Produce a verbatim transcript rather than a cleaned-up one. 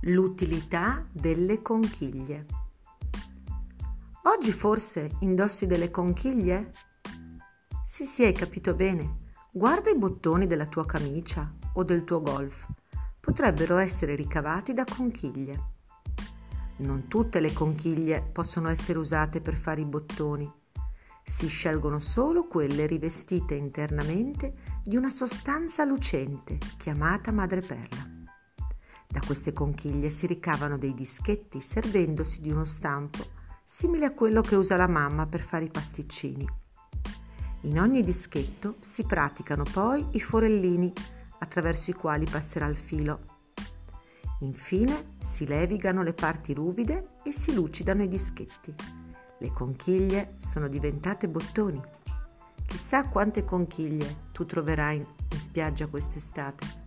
L'utilità delle conchiglie. Oggi forse indossi delle conchiglie? Sì, sì, hai capito bene. Guarda i bottoni della tua camicia o del tuo golf. Potrebbero essere ricavati da conchiglie. Non tutte le conchiglie possono essere usate per fare i bottoni. Si scelgono solo quelle rivestite internamente di una sostanza lucente chiamata madreperla. Da queste conchiglie si ricavano dei dischetti servendosi di uno stampo simile a quello che usa la mamma per fare i pasticcini. In ogni dischetto si praticano poi i forellini attraverso i quali passerà il filo. Infine si levigano le parti ruvide e si lucidano i dischetti. Le conchiglie sono diventate bottoni. Chissà quante conchiglie tu troverai in spiaggia quest'estate.